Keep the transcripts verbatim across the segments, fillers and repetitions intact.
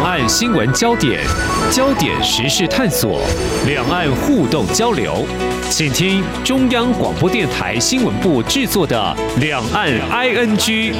岸新闻焦点、焦点时事探索、两岸互动交流，请听中央广播电台新闻部制作的《两岸 I N G》。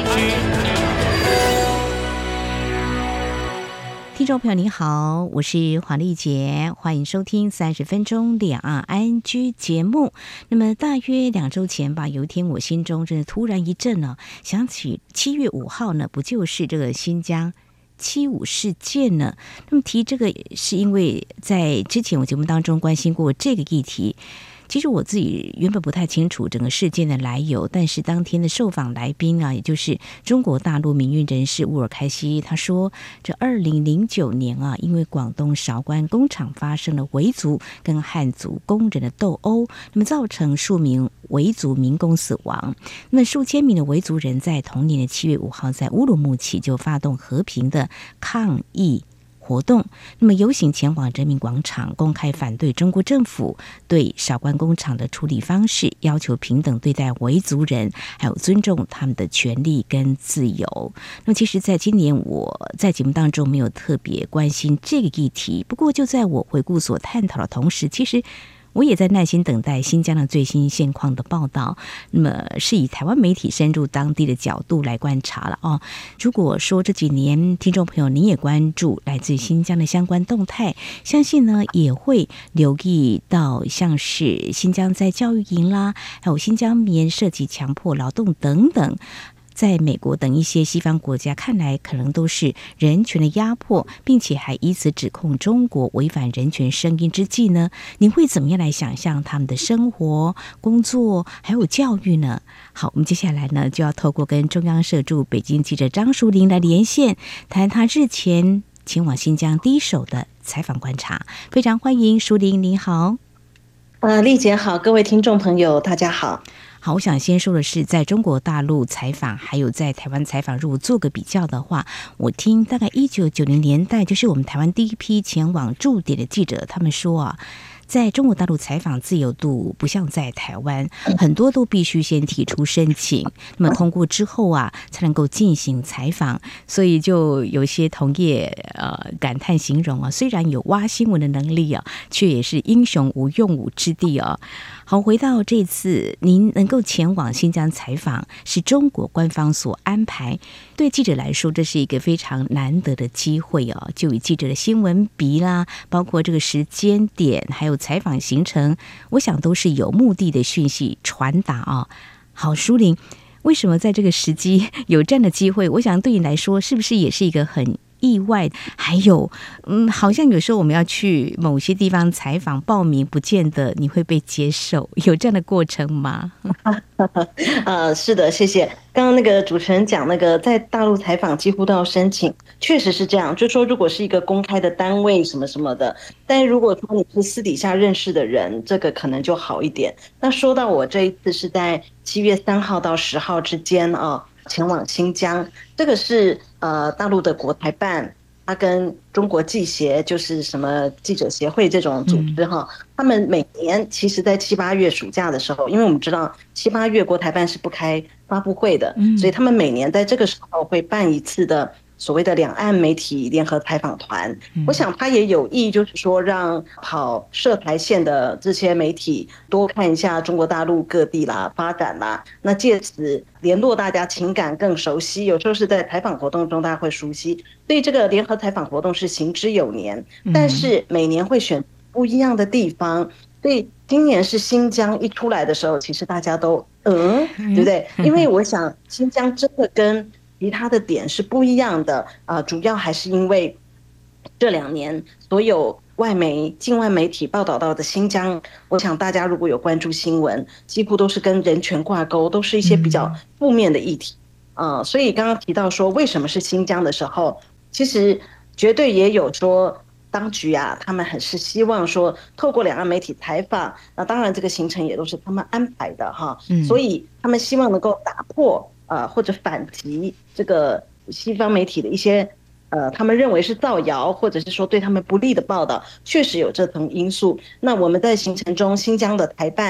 听众朋友您好，我是黄丽杰，欢迎收听三十分钟两岸 I N G 节目。那么大约两周前吧，有一天我心中真的突然一震呢，想起七月五号呢，不就是这个新疆七五事件呢？那么提这个是因为在之前我节目当中关心过这个议题。其实我自己原本不太清楚整个事件的来由，但是当天的受访来宾啊，也就是中国大陆民运人士乌尔开西，他说，这二零零九年啊，因为广东韶关工厂发生了维族跟汉族工人的斗殴，那么造成数名维族民工死亡。那么数千名的维族人在同年的七月五号，在乌鲁木齐就发动和平的抗议活动，那么游行前往人民广场，公开反对中国政府对韶关工厂的处理方式，要求平等对待维族人，还有尊重他们的权利跟自由。那么其实在今年我在节目当中没有特别关心这个议题，不过就在我回顾所探讨的同时，其实我也在耐心等待新疆的最新现况的报道，那么是以台湾媒体深入当地的角度来观察了哦。如果说这几年听众朋友您也关注来自新疆的相关动态，相信呢也会留意到像是新疆在教育营啦，还有新疆棉涉及强迫劳动等等，在美国等一些西方国家看来可能都是人权的压迫，并且还以此指控中国违反人权声音之际呢，您会怎么样来想象他们的生活、工作还有教育呢？好，我们接下来呢就要透过跟中央社驻北京记者张淑玲来连线，谈他日前前往新疆第一手的采访观察。非常欢迎淑玲，您好。 呃，丽姐好，各位听众朋友大家好。 好，我想先说的是，在中国大陆采访还有在台湾采访，如果做个比较的话，我听大概一九九零年代，就是我们台湾第一批前往驻点的记者，他们说啊，在中国大陆采访自由度不像在台湾，很多都必须先提出申请，那么通过之后啊，才能够进行采访。所以就有些同业呃感叹形容啊，虽然有挖新闻的能力啊，却也是英雄无用武之地啊。好，回到这次您能够前往新疆采访，是中国官方所安排，对记者来说这是一个非常难得的机会哦。就以记者的新闻笔啦，包括这个时间点还有采访行程，我想都是有目的的讯息传达啊。好，淑玲，为什么在这个时机有这样的机会？我想对你来说是不是也是一个很意外？还有嗯，好像有时候我们要去某些地方采访报名，不见得你会被接受，有这样的过程吗？ 呃，是的，谢谢。刚刚那个主持人讲那个在大陆采访几乎都要申请，确实是这样。就说如果是一个公开的单位什么什么的，但如果说你是私底下认识的人，这个可能就好一点。那说到我这一次是在七月三号到十号之间啊，前往新疆，这个是呃大陆的国台办，他跟中国记协，就是什么记者协会这种组织哈，他们每年其实在七八月暑假的时候，因为我们知道七八月国台办是不开发布会的，所以他们每年在这个时候会办一次的所谓的两岸媒体联合采访团。我想他也有意，就是说让跑涉台线的这些媒体多看一下中国大陆各地啦发展啦，那借此联络大家情感更熟悉，有时候是在采访活动中大家会熟悉，所以这个联合采访活动是行之有年，但是每年会选不一样的地方，所以今年是新疆一出来的时候，其实大家都嗯，对不对？因为我想新疆真的跟其他的点是不一样的啊、呃，主要还是因为这两年所有外媒、境外媒体报道到的新疆，我想大家如果有关注新闻，几乎都是跟人权挂钩，都是一些比较负面的议题啊、呃。所以刚刚提到说为什么是新疆的时候，其实绝对也有说当局啊，他们很是希望说透过两岸媒体采访，那当然这个行程也都是他们安排的哈，所以他们希望能够打破呃或者反击这个西方媒体的一些呃他们认为是造谣或者是说对他们不利的报道，确实有这层因素。那我们在行程中，新疆的台办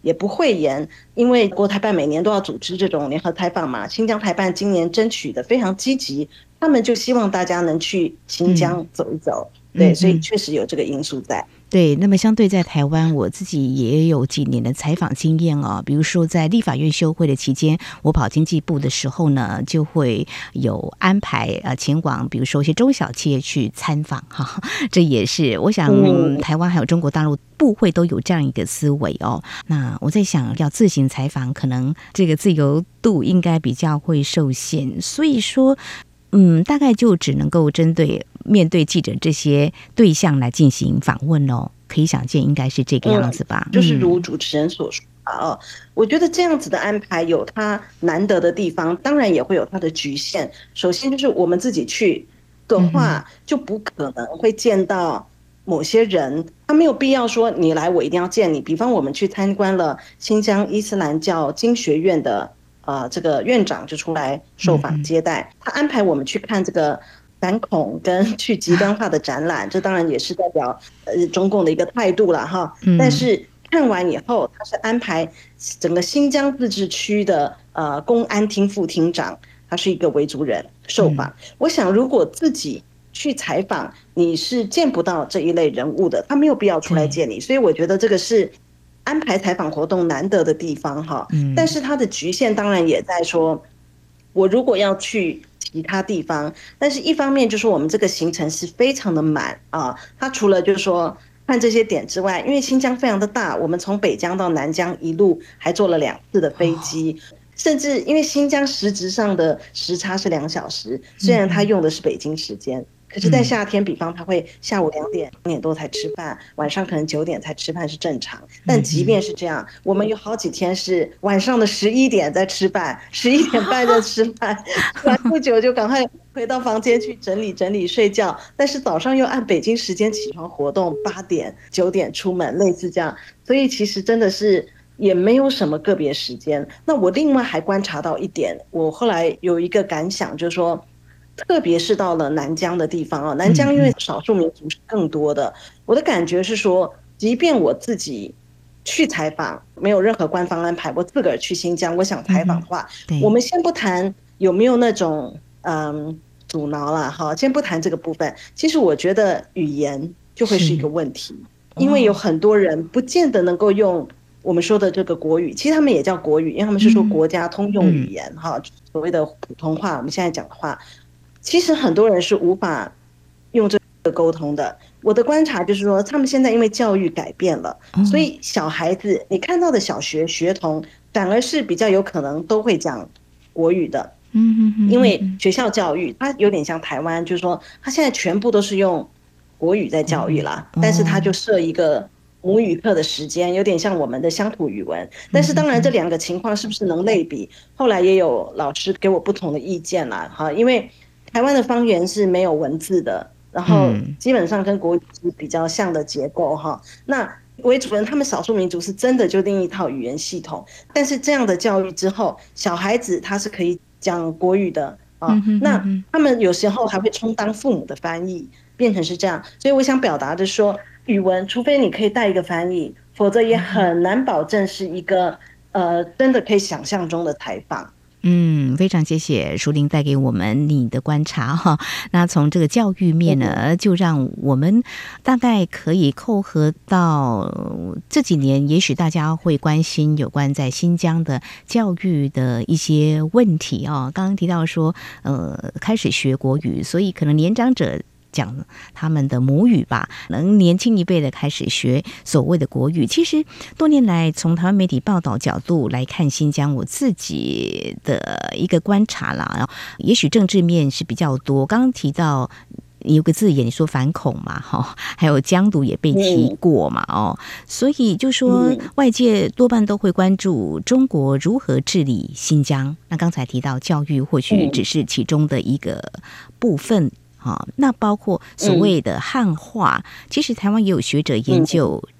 也不讳言，因为国台办每年都要组织这种联合采访嘛，新疆台办今年争取的非常积极，他们就希望大家能去新疆走一走，嗯、对，所以确实有这个因素在。 对，那么相对在台湾，我自己也有几年的采访经验哦。比如说在立法院休会的期间，我跑经济部的时候呢，就会有安排呃前往，比如说一些中小企业去参访哈。这也是我想、嗯、台湾还有中国大陆部会都有这样一个思维哦。那我在想，要自行采访，可能这个自由度应该比较会受限，所以说。嗯，大概就只能够针对面对记者这些对象来进行访问哦，可以想见应该是这个样子吧。 嗯、就是如主持人所说啊、哦，我觉得这样子的安排有它难得的地方，当然也会有它的局限。首先就是我们自己去的话，就不可能会见到某些人，他没有必要说你来我一定要见你。比方我们去参观了新疆伊斯兰教经学院的。呃，这个院长就出来受访接待，他安排我们去看这个反恐跟去极端化的展览，这当然也是代表呃中共的一个态度了哈。但是看完以后，他是安排整个新疆自治区的呃公安厅副厅长，他是一个维族人受访。我想如果自己去采访，你是见不到这一类人物的，他没有必要出来见你，所以我觉得这个是。安排采访活动难得的地方哈，但是它的局限当然也在说，我如果要去其他地方，但是一方面就是我们这个行程是非常的满啊，它除了就是说看这些点之外，因为新疆非常的大，我们从北疆到南疆一路还坐了两次的飞机，甚至因为新疆实质上的时差是两小时，虽然它用的是北京时间。可是，在夏天，比方他会下午两点、两点多才吃饭，晚上可能九点才吃饭是正常。但即便是这样，我们有好几天是晚上的十一点在吃饭，十一点半在吃饭，吃完不久就赶快回到房间去整理整理睡觉。但是早上又按北京时间起床活动，八点、九点出门，类似这样。所以其实真的是也没有什么个别时间。那我另外还观察到一点，我后来有一个感想，就是说。特别是到了南疆的地方啊，南疆因为少数民族是更多的，我的感觉是说，即便我自己去采访，没有任何官方安排，我自个儿去新疆，我想采访的话，我们先不谈有没有那种嗯阻挠啦，哈，先不谈这个部分。其实我觉得语言就会是一个问题，因为有很多人不见得能够用我们说的这个国语，其实他们也叫国语，因为他们是说国家通用语言哈，所谓的普通话，我们现在讲的话。其实很多人是无法用这个沟通的。我的观察就是说，他们现在因为教育改变了，所以小孩子你看到的小学学童，反而是比较有可能都会讲国语的。因为学校教育它有点像台湾，就是说他现在全部都是用国语在教育啦，但是他就设一个母语课的时间，有点像我们的乡土语文。但是当然这两个情况是不是能类比，后来也有老师给我不同的意见啦，哈，因为台湾的方言是没有文字的，然后基本上跟国语是比较像的结构哈。那维族人他们少数民族是真的就另一套语言系统，但是这样的教育之后，小孩子他是可以讲国语的啊。那他们有时候还会充当父母的翻译，变成是这样。所以我想表达的说，语文除非你可以带一个翻译，否则也很难保证是一个呃真的可以想象中的采访。 嗯，非常谢谢淑玲带给我们你的观察哈。那从这个教育面呢，就让我们大概可以扣合到这几年，也许大家会关心有关在新疆的教育的一些问题哦。刚刚提到说，呃，开始学国语，所以可能年长者讲他们的母语吧，能年轻一辈的开始学所谓的国语。其实多年来从台湾媒体报道角度来看新疆，我自己的一个观察啦，也许政治面是比较多。刚刚提到有个字眼，你说反恐嘛，哈，还有疆独也被提过嘛，哦，所以就说外界多半都会关注中国如何治理新疆。那刚才提到教育，或许只是其中的一个部分。啊，那包括所谓的汉化，嗯、其实台湾也有学者研究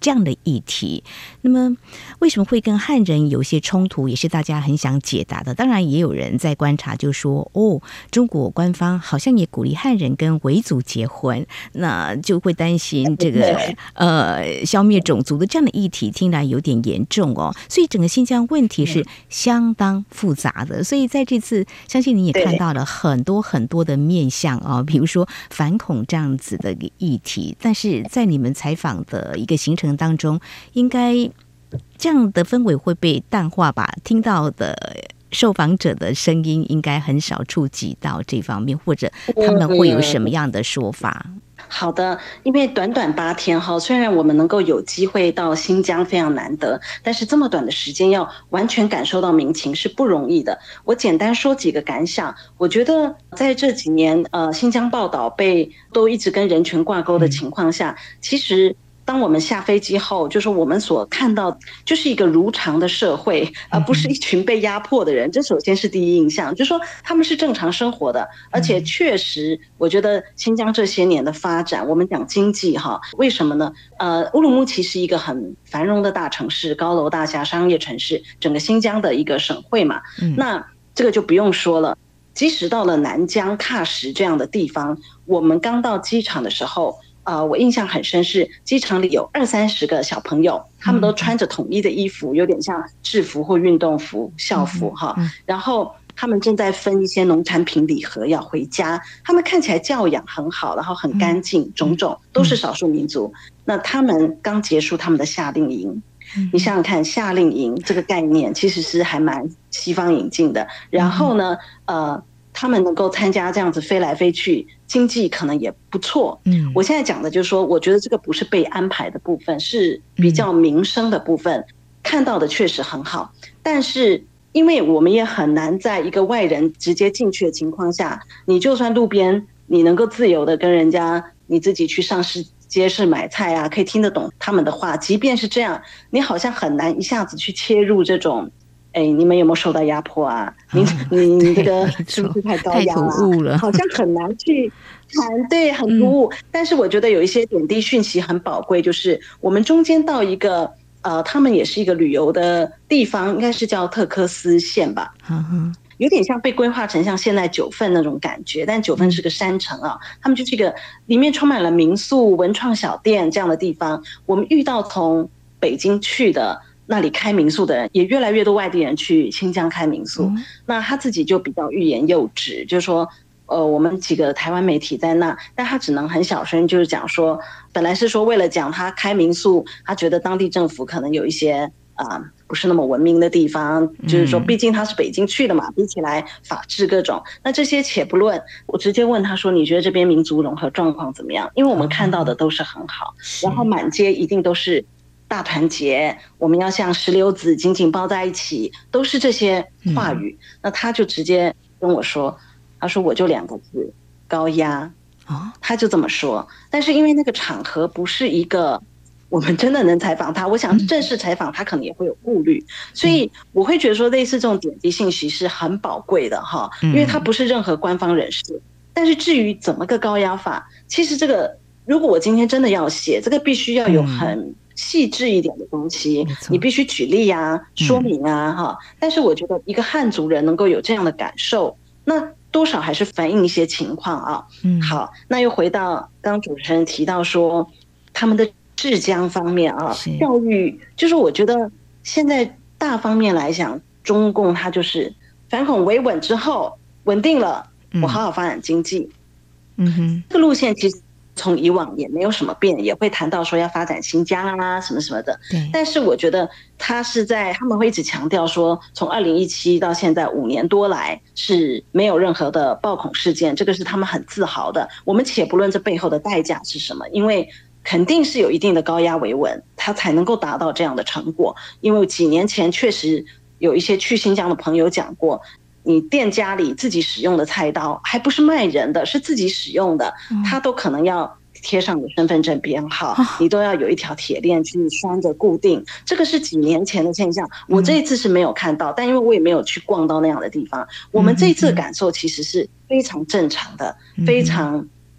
这样的议题。那么为什么会跟汉人有些冲突，也是大家很想解答的。当然也有人在观察，就说哦，中国官方好像也鼓励汉人跟维族结婚，那就会担心这个呃消灭种族的这样的议题听来有点严重哦。所以整个新疆问题是相当复杂的，所以在这次相信你也看到了很多很多的面向啊、哦，比如说反恐这样子的议题，但是在你们采访的一个行程当中，应该这样的氛围会被淡化吧？听到的受访者的声音应该很少触及到这方面，或者他们会有什么样的说法？ 好的，因为短短八天哈，虽然我们能够有机会到新疆非常难得，但是这么短的时间要完全感受到民情是不容易的。我简单说几个感想，我觉得在这几年呃新疆报道被都一直跟人权挂钩的情况下，其实当我们下飞机后，就是我们所看到就是一个如常的社会，而不是一群被压迫的人。这首先是第一印象，就是说他们是正常生活的，而且确实，我觉得新疆这些年的发展，我们讲经济哈，为什么呢？呃，乌鲁木齐是一个很繁荣的大城市，高楼大厦、商业城市，整个新疆的一个省会嘛，那这个就不用说了。即使到了南疆、喀什这样的地方，我们刚到机场的时候。呃，我印象很深是机场里有二三十个小朋友，他们都穿着统一的衣服，有点像制服或运动服、校服哈。然后他们正在分一些农产品礼盒要回家，他们看起来教养很好，然后很干净，种种都是少数民族。那他们刚结束他们的夏令营，你想想看，夏令营这个概念其实是还蛮西方引进的。然后呢，呃。他们能够参加这样子飞来飞去，经济可能也不错。嗯，我现在讲的就是说，我觉得这个不是被安排的部分，是比较民生的部分，看到的确实很好。但是，因为我们也很难在一个外人直接进去的情况下，你就算路边你能够自由的跟人家，你自己去上市街市买菜啊，可以听得懂他们的话。即便是这样，你好像很难一下子去切入这种。哎，你们有没有受到压迫啊？你、哦、你你这个是不是太高压了？ 太突兀了， 好像很难去谈，对，很突兀。嗯、但是我觉得有一些点滴讯息很宝贵，就是我们中间到一个呃，他们也是一个旅游的地方，应该是叫特克斯县吧。嗯有点像被规划成像现在九份那种感觉，但九份是个山城啊，他们就是一个里面充满了民宿、文创小店这样的地方。我们遇到从北京去的。那里开民宿的人也越来越多，外地人去新疆开民宿，嗯、那他自己就比较欲言又止，就是说，呃，我们几个台湾媒体在那，但他只能很小声，就是讲说，本来是说为了讲他开民宿，他觉得当地政府可能有一些啊、呃、不是那么文明的地方，就是说，毕竟他是北京去的嘛，比起来法治各种，那这些且不论，我直接问他说，你觉得这边民族融合状况怎么样？因为我们看到的都是很好，然后满街一定都是。大团结，我们要像石榴籽紧紧抱在一起，都是这些话语。嗯、那他就直接跟我说，他说我就两个字，高压。哦，他就这么说。但是因为那个场合不是一个我们真的能采访他，我想正式采访他可能也会有顾虑，嗯、所以我会觉得说类似这种点滴信息是很宝贵的哈，因为他不是任何官方人士。嗯、但是至于怎么个高压法，其实这个如果我今天真的要写，这个必须要有很。嗯细致一点的东西，你必须举例啊、说明啊，哈、嗯。但是我觉得一个汉族人能够有这样的感受，那多少还是反映一些情况啊。嗯，好，那又回到刚刚主持人提到说他们的治疆方面啊，教育，就是我觉得现在大方面来讲，中共它就是反恐维稳之后稳定了，我好好发展经济。嗯哼，这个路线其实。从以往也没有什么变，也会谈到说要发展新疆啊什么什么的。但是我觉得他是在他们会一直强调说，从二零一七到现在五年多来是没有任何的暴恐事件，这个是他们很自豪的。我们且不论这背后的代价是什么，因为肯定是有一定的高压维稳，他才能够达到这样的成果。因为几年前确实有一些去新疆的朋友讲过。你店家里自己使用的菜刀还不是卖人的，是自己使用的，他都可能要贴上你身份证编号，你都要有一条铁链去拴着固定。这个是几年前的现象，我这一次是没有看到，但因为我也没有去逛到那样的地方，我们这一次的感受其实是非常正常的，非常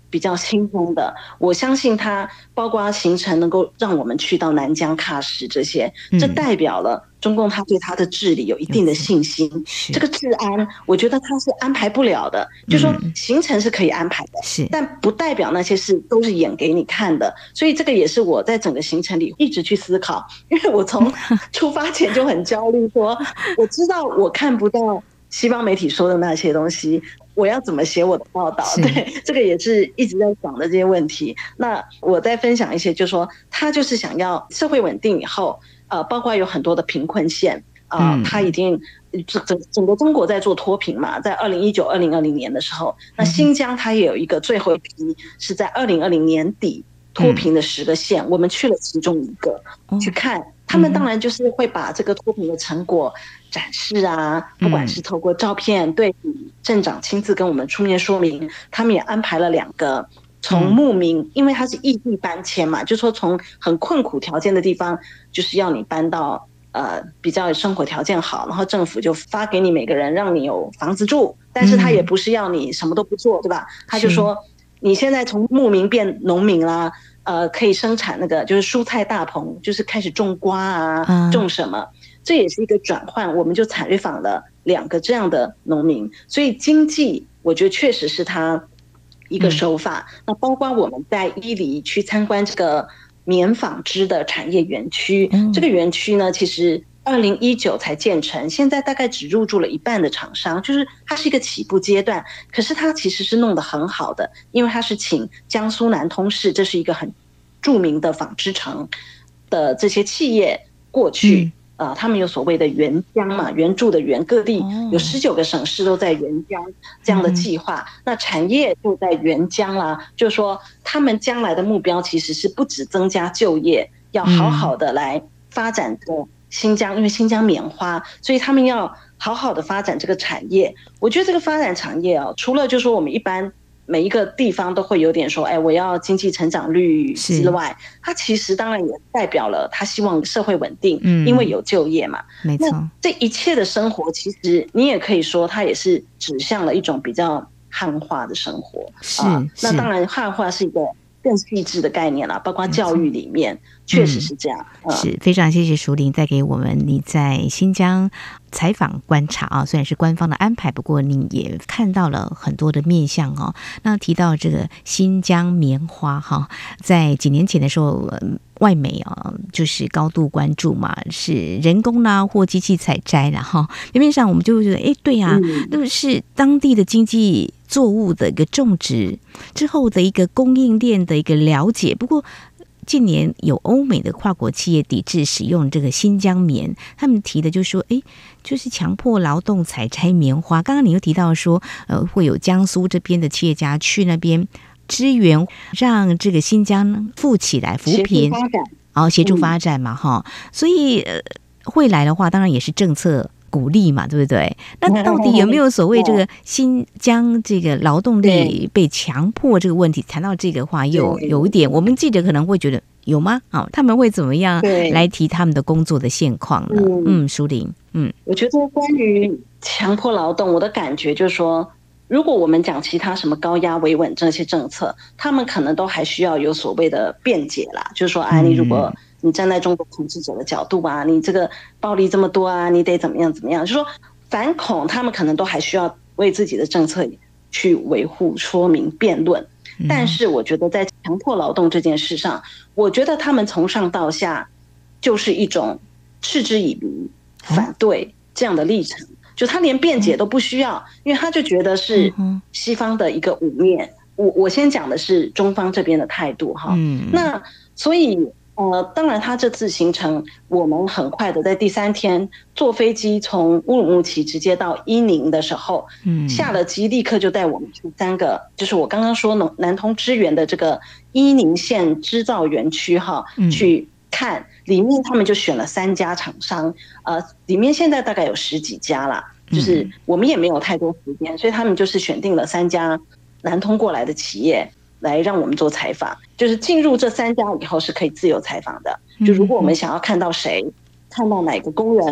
比较轻松的，我相信它包括行程能够让我们去到南疆、喀什这些，这代表了中共他对他的治理有一定的信心。这个治安，我觉得他是安排不了的，就是说行程是可以安排的， 是， 但不代表那些事都是演给你看的。所以这个也是我在整个行程里一直去思考，因为我从出发前就很焦虑，说我知道我看不到西方媒体说的那些东西，我要怎么写我的报道？对，这个也是一直在想的这些问题。那我再分享一些，就是说他就是想要社会稳定以后，呃，包括有很多的贫困县啊、呃，他已经整整整个中国在做脱贫嘛，在二零一九、二零二零年的时候，那新疆它也有一个最后一批是在二零二零年底脱贫的十个县，嗯、我们去了其中一个、嗯、去看。他们当然就是会把这个脱贫的成果展示啊，不管是透过照片对比，镇长亲自跟我们出面说明，他们也安排了两个从牧民，因为他是异地搬迁嘛，就是说从很困苦条件的地方，就是要你搬到呃比较生活条件好，然后政府就发给你每个人让你有房子住，但是他也不是要你什么都不做，对吧？他就说你现在从牧民变农民啦。呃，可以生产那个就是蔬菜大棚，就是开始种瓜啊，种什么，这也是一个转换。我们就采访了两个这样的农民，所以经济我觉得确实是他一个手法。嗯、那包括我们在伊犁去参观这个棉纺织的产业园区，嗯、这个园区呢，其实二零一九才建成，现在大概只入驻了一半的厂商，就是它是一个起步阶段，可是它其实是弄得很好的，因为它是请江苏南通市，这是一个很著名的纺织城的这些企业过去。嗯呃，他们有所谓的援疆嘛，援助的援，各地有十九个省市都在援疆这样的计划，嗯、那产业就在援疆啦。就是说，他们将来的目标其实是不只增加就业，要好好的来发展这个新疆，因为新疆棉花，所以他们要好好的发展这个产业。我觉得这个发展产业哦，除了就是说我们一般每一个地方都会有点说，哎，我要经济成长率之外，它其实当然也代表了他希望社会稳定，嗯、因为有就业嘛。 没错， 那这一切的生活，其实你也可以说，它也是指向了一种比较汉化的生活。 是， 啊、那当然汉化是一个更细致的概念啦，包括教育里面确实是这样。 嗯、是非常谢谢淑玲带给我们你在新疆采访观察啊，虽然是官方的安排，不过你也看到了很多的面向哦。那提到这个新疆棉花哈，在几年前的时候，外媒啊就是高度关注嘛，是人工啦或机器采摘啦哈。表面上我们就会觉得，哎，对呀、啊，那、嗯、是当地的经济作物的一个种植之后的一个供应链的一个了解，不过。近年有欧美的跨国企业抵制使用这个新疆棉，他们提的就是说，哎，就是强迫劳动采摘棉花。刚刚你又提到说，呃，会有江苏这边的企业家去那边支援，让这个新疆富起来、扶贫，然后协助发展嘛，哈、嗯。所以、呃、会来的话，当然也是政策。鼓励嘛，对不对？那到底有没有所谓这个新疆这个劳动力被强迫这个问题？谈到这个话，有有一点，我们记者可能会觉得有吗？啊，他们会怎么样来提他们的工作的现况呢？嗯，淑玲，嗯， 我觉得关于强迫劳动，我的感觉就是说，如果我们讲其他什么高压维稳这些政策，他们可能都还需要有所谓的辩解啦，就是说，啊，你如果你站在中国统治者的角度啊，你这个暴力这么多啊，你得怎么样怎么样？就说反恐，他们可能都还需要为自己的政策去维护、说明、辩论。但是我觉得在强迫劳动这件事上，我觉得他们从上到下就是一种嗤之以鼻、反对这样的历程。就他连辩解都不需要，因为他就觉得是西方的一个污蔑。我我先讲的是中方这边的态度哈。嗯，那所以。呃，当然，他这次行程，我们很快的在第三天坐飞机从乌鲁木齐直接到伊宁的时候，嗯，下了机立刻就带我们去三个，就是我刚刚说南通支援的这个伊宁县织造园区哈，嗯、去看里面他们就选了三家厂商，呃，里面现在大概有十几家啦，就是我们也没有太多时间，所以他们就是选定了三家南通过来的企业。来让我们做采访，就是进入这三家以后是可以自由采访的。就如果我们想要看到谁，看到哪个工人，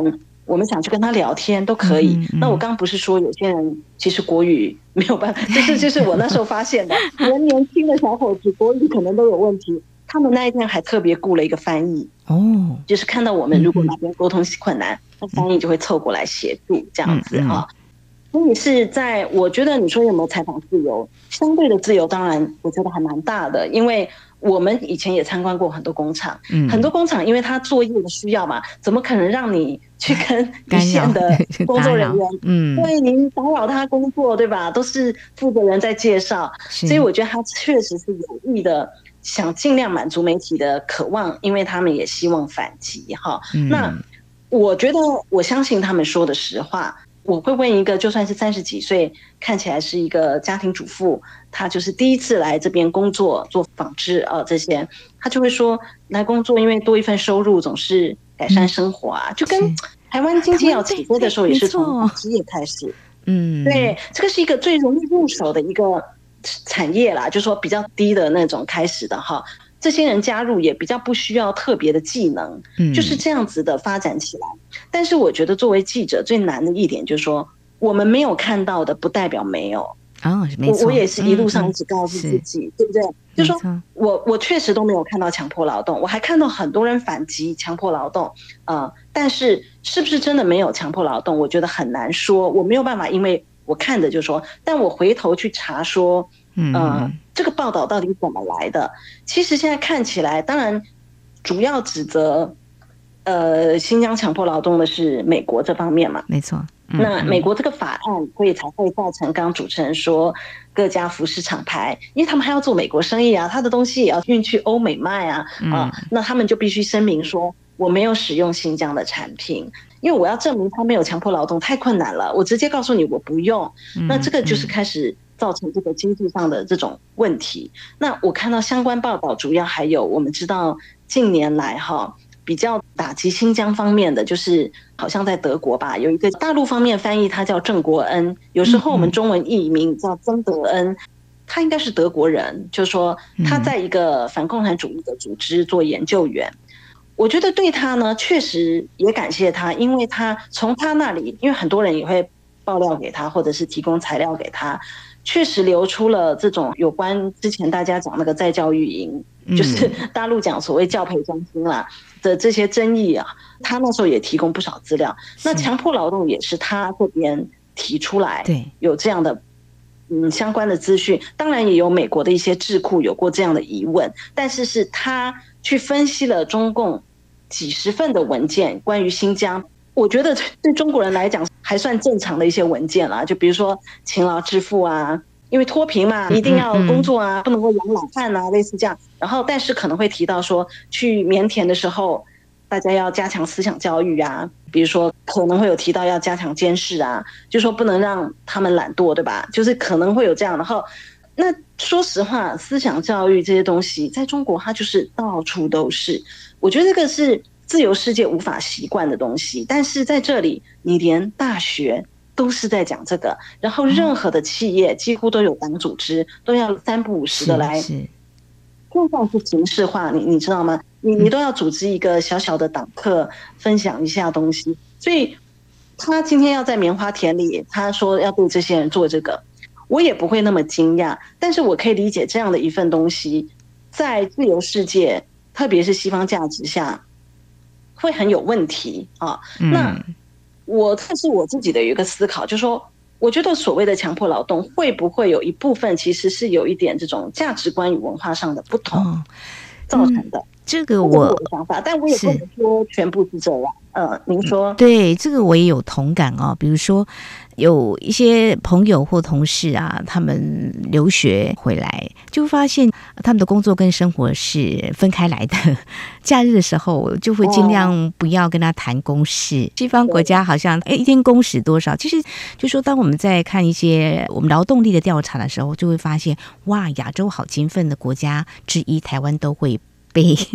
我们想去跟他聊天都可以。嗯嗯，那我刚刚不是说有些人其实国语没有办法，就是就是我那时候发现的，连年轻的小伙子国语可能都有问题。他们那一天还特别雇了一个翻译，哦，就是看到我们如果哪边沟通困难，那、嗯、翻译就会凑过来协助这样子哈。所以、嗯嗯、是在我觉得你说有没有采访自由，相对的自由当然我觉得还蛮大的，因为我们以前也参观过很多工厂，嗯、很多工厂因为他作业的需要嘛，怎么可能让你去跟一线的工作人员，嗯，对，您打扰他工作对吧？都是负责人在介绍，所以我觉得他确实是有意的。想尽量满足媒体的渴望，因为他们也希望反击哈、嗯。那我觉得我相信他们说的实话。我会问一个，就算是三十几岁，看起来是一个家庭主妇，她就是第一次来这边工作做纺织啊、呃、这些，她就会说来工作，因为多一份收入总是改善生活啊，嗯、就跟台湾经济要起飞的时候也是从纺织业开始。嗯，对，这个是一个最容易入手的一个产业啦，就是说比较低的那种开始的哈，这些人加入也比较不需要特别的技能，嗯，就是这样子的发展起来。但是我觉得作为记者最难的一点就是说，我们没有看到的不代表没有。哦，没错，我我也是一路上一直告诉自己，嗯、对不对？就是说我我确实都没有看到强迫劳动，我还看到很多人反击强迫劳动，呃，但是是不是真的没有强迫劳动，我觉得很难说，我没有办法，因为我看着就说，但我回头去查说，呃，这个报道到底怎么来的？其实现在看起来，当然主要指责呃新疆强迫劳动的是美国这方面嘛， 没错。嗯、 那美国这个法案，所以才会造成刚刚主持人说各家服饰厂牌，因为他们还要做美国生意啊，他的东西也要运去欧美卖啊，嗯、啊，那他们就必须声明说我没有使用新疆的产品。因为我要证明他没有强迫劳动太困难了，我直接告诉你我不用，那这个就是开始造成这个经济上的这种问题。那我看到相关报道，主要还有我们知道近年来哈比较打击新疆方面的，就是好像在德国吧，有一个大陆方面翻译他叫郑国恩，有时候我们中文译名叫曾德恩，他应该是德国人，就是说他在一个反共产主义的组织做研究员。我觉得对他呢，确实也感谢他，因为他从他那里，因为很多人也会爆料给他，或者是提供材料给他，确实流出了这种有关之前大家讲那个再教育营，就是大陆讲所谓教培中心啦的这些争议啊，他那时候也提供不少资料。那强迫劳动也是他这边提出来，对，有这样的嗯相关的资讯，当然也有美国的一些智库有过这样的疑问，但是是他去分析了中共几十份的文件关于新疆，我觉得对中国人来讲还算正常的一些文件啦，就比如说勤劳致富啊，因为脱贫嘛，一定要工作啊，不能够养老汉啊，类似这样。然后但是可能会提到说，去棉田的时候大家要加强思想教育啊，比如说可能会有提到要加强监视啊，就说不能让他们懒惰，对吧？就是可能会有这样。然后那说实话，思想教育这些东西在中国它就是到处都是，我觉得这个是自由世界无法习惯的东西，但是在这里你连大学都是在讲这个，然后任何的企业几乎都有党组织，都要三不五时的来，就算是形式化，你你知道吗？你你都要组织一个小小的党课，分享一下东西。所以他今天要在棉花田里，他说要对这些人做这个，我也不会那么惊讶，但是我可以理解这样的一份东西，在自由世界，特别是西方价值下，会很有问题啊。嗯、那我这是我自己的有一个思考，就是说，我觉得所谓的强迫劳动，会不会有一部分其实是有一点这种价值观与文化上的不同造成的？哦嗯、这个我的想法，但我也不能说全部是这样。呃，您说？ 对，这个我也有同感哦。比如说，有一些朋友或同事啊，他们留学回来，就发现他们的工作跟生活是分开来的。假日的时候，就会尽量不要跟他谈公事。西方国家好像，哎，一天工时多少？其实，就说当我们在看一些我们劳动力的调查的时候，就会发现，哇，亚洲好勤奋的国家之一，台湾都会被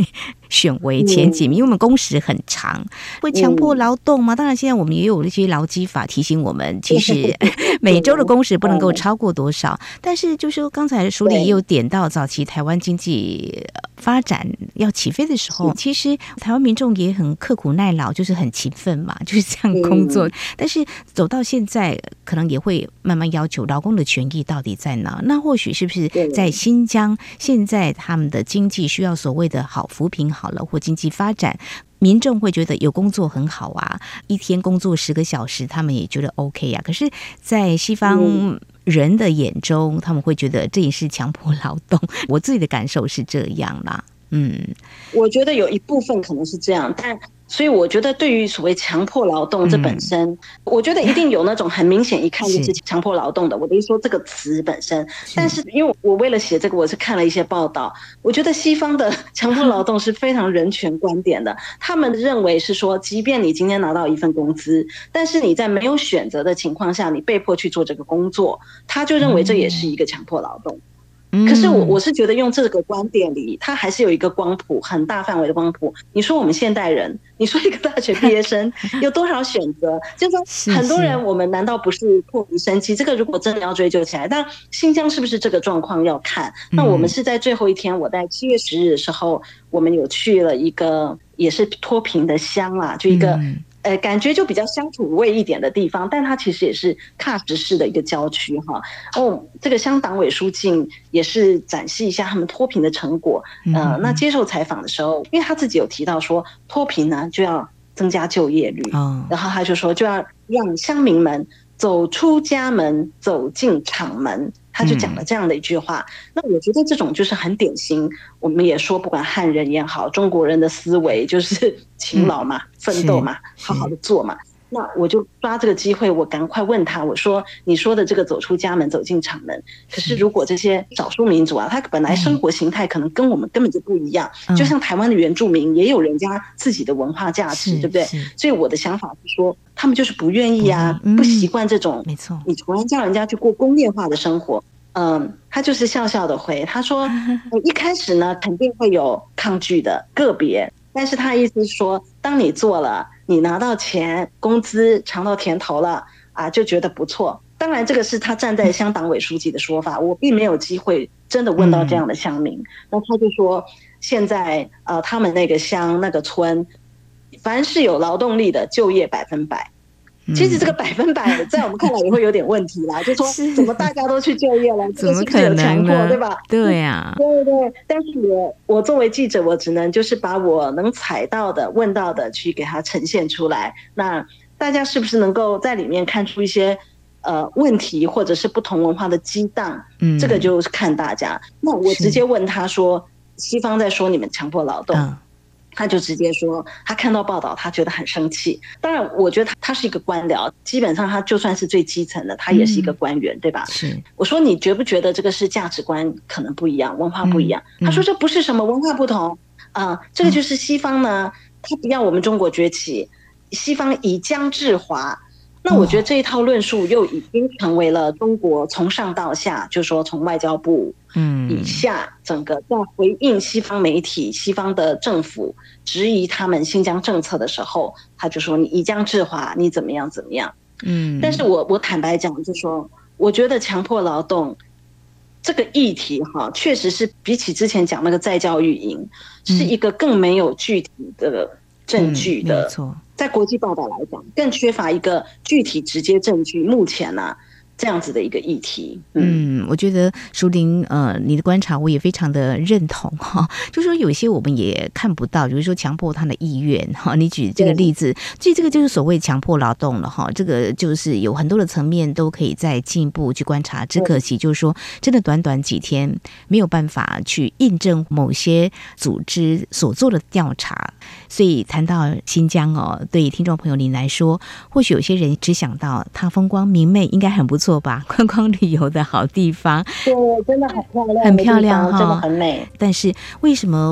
选为前几名，因为我们工时很长，会强迫劳动吗？当然，现在我们也有那些劳基法提醒我们，其实每周的工时不能够超过多少。但是，就是说刚才书里也有点到，早期台湾经济发展要起飞的时候，其实台湾民众也很刻苦耐劳，就是很勤奋嘛，就是这样工作。嗯、但是走到现在，可能也会慢慢要求劳工的权益到底在哪？那或许是不是在新疆，现在他们的经济需要所谓的好扶贫好了，或经济发展，民众会觉得有工作很好啊，一天工作十个小时，他们也觉得 OK 啊。可是，在西方人的眼中，他们会觉得这也是强迫劳动。我自己的感受是这样啦。嗯， 我觉得有一部分可能是这样，但所以我觉得对于所谓强迫劳动这本身、嗯、我觉得一定有那种很明显一看就是强迫劳动的，我的意思说这个词本身，但是因为我为了写这个我是看了一些报道，我觉得西方的强迫劳动是非常人权观点的，他们认为是说即便你今天拿到一份工资，但是你在没有选择的情况下你被迫去做这个工作，他就认为这也是一个强迫劳动、嗯，可是我我是觉得用这个观点里，它还是有一个光谱，很大范围的光谱。你说我们现代人，你说一个大学毕业生有多少选择？就是说很多人，我们难道不是迫于生计？这个如果真的要追究起来，但新疆是不是这个状况要看？那我们是在最后一天，我在七月十日的时候，我们有去了一个也是脱贫的乡啦，就一个。嗯呃，感觉就比较乡土味一点的地方，但它其实也是喀什市的一个郊区哈。哦，这个乡党委书记也是展示一下他们脱贫的成果。呃，那接受采访的时候，因为他自己有提到说，脱贫呢就要增加就业率，哦、然后他就说就要让乡民们走出家门，走进厂门。他就讲了这样的一句话、嗯、那我觉得这种就是很典型，我们也说不管汉人也好，中国人的思维就是勤劳嘛、嗯、奋斗嘛，好好的做嘛。那我就抓这个机会，我赶快问他，我说你说的这个走出家门走进厂门，可是如果这些少数民族啊，他本来生活形态可能跟我们根本就不一样、嗯、就像台湾的原住民也有人家自己的文化价值，对不对？所以我的想法是说他们就是不愿意啊、嗯、不习惯这种，没错，你突然叫人家去过工业化的生活。嗯，他就是笑笑的回，他说一开始呢肯定会有抗拒的个别，但是他意思是说当你做了，你拿到钱工资尝到甜头了啊，就觉得不错。当然这个是他站在乡党委书记的说法，我并没有机会真的问到这样的乡民、嗯、那他就说现在呃他们那个乡那个村凡是有劳动力的就业百分百，其实这个百分百在我们看来也会有点问题啦，就说怎么大家都去就业了，这个是不是有强迫，对吧？ 对啊， 对对。但是我我作为记者，我只能就是把我能采到的、问到的去给它呈现出来。那大家是不是能够在里面看出一些呃问题，或者是不同文化的激荡？嗯，这个就是看大家。那我直接问他说，西方在说你们强迫劳动。嗯，他就直接说他看到报道他觉得很生气，当然我觉得 他, 他是一个官僚，基本上他就算是最基层的他也是一个官员、嗯、对吧？是。我说你觉不觉得这个是价值观可能不一样，文化不一样、嗯、他说这不是什么文化不同啊、呃，这个就是西方呢、嗯、他不要我们中国崛起，西方以疆制华。那我觉得这一套论述又已经成为了中国从上到下，就是说从外交部以下整个在回应西方媒体、西方的政府质疑他们新疆政策的时候，他就说你以疆制华，你怎么样怎么样。嗯，但是我我坦白讲，就说我觉得强迫劳动这个议题哈，确实是比起之前讲那个再教育营，是一个更没有具体的证据的。嗯，没错。在国际报道来讲，更缺乏一个具体直接证据。目前呢、啊，这样子的一个议题， 嗯，嗯我觉得淑玲，呃，你的观察我也非常的认同哈。就说有些我们也看不到，比如说强迫他的意愿哈。你举这个例子，所以这个就是所谓强迫劳动了哈。这个就是有很多的层面都可以再进一步去观察。只可惜就是说，真的短短几天没有办法去印证某些组织所做的调查。所以谈到新疆哦，对听众朋友您来说，或许有些人只想到它风光明媚，应该很不错吧？观光旅游的好地方， 对，真的很漂亮， 很漂亮哈， 真的很美。 但是为什么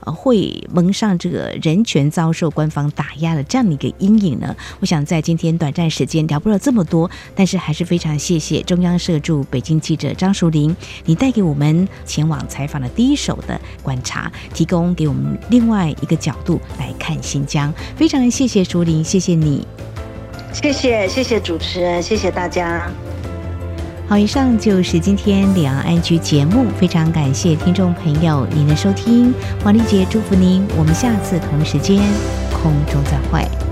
呃会蒙上这个人权遭受官方打压的这样的一个阴影呢？我想在今天短暂时间聊不了这么多，但是还是非常谢谢中央社驻北京记者张淑玲，你带给我们前往采访的第一手的观察，提供给我们另外一个角度来看新疆。非常谢谢淑玲，谢谢你。 谢谢谢谢主持人，谢谢大家。 好，以上就是今天两岸安居节目，非常感谢听众朋友您的收听，黄丽姐祝福您，我们下次同时间空中再会。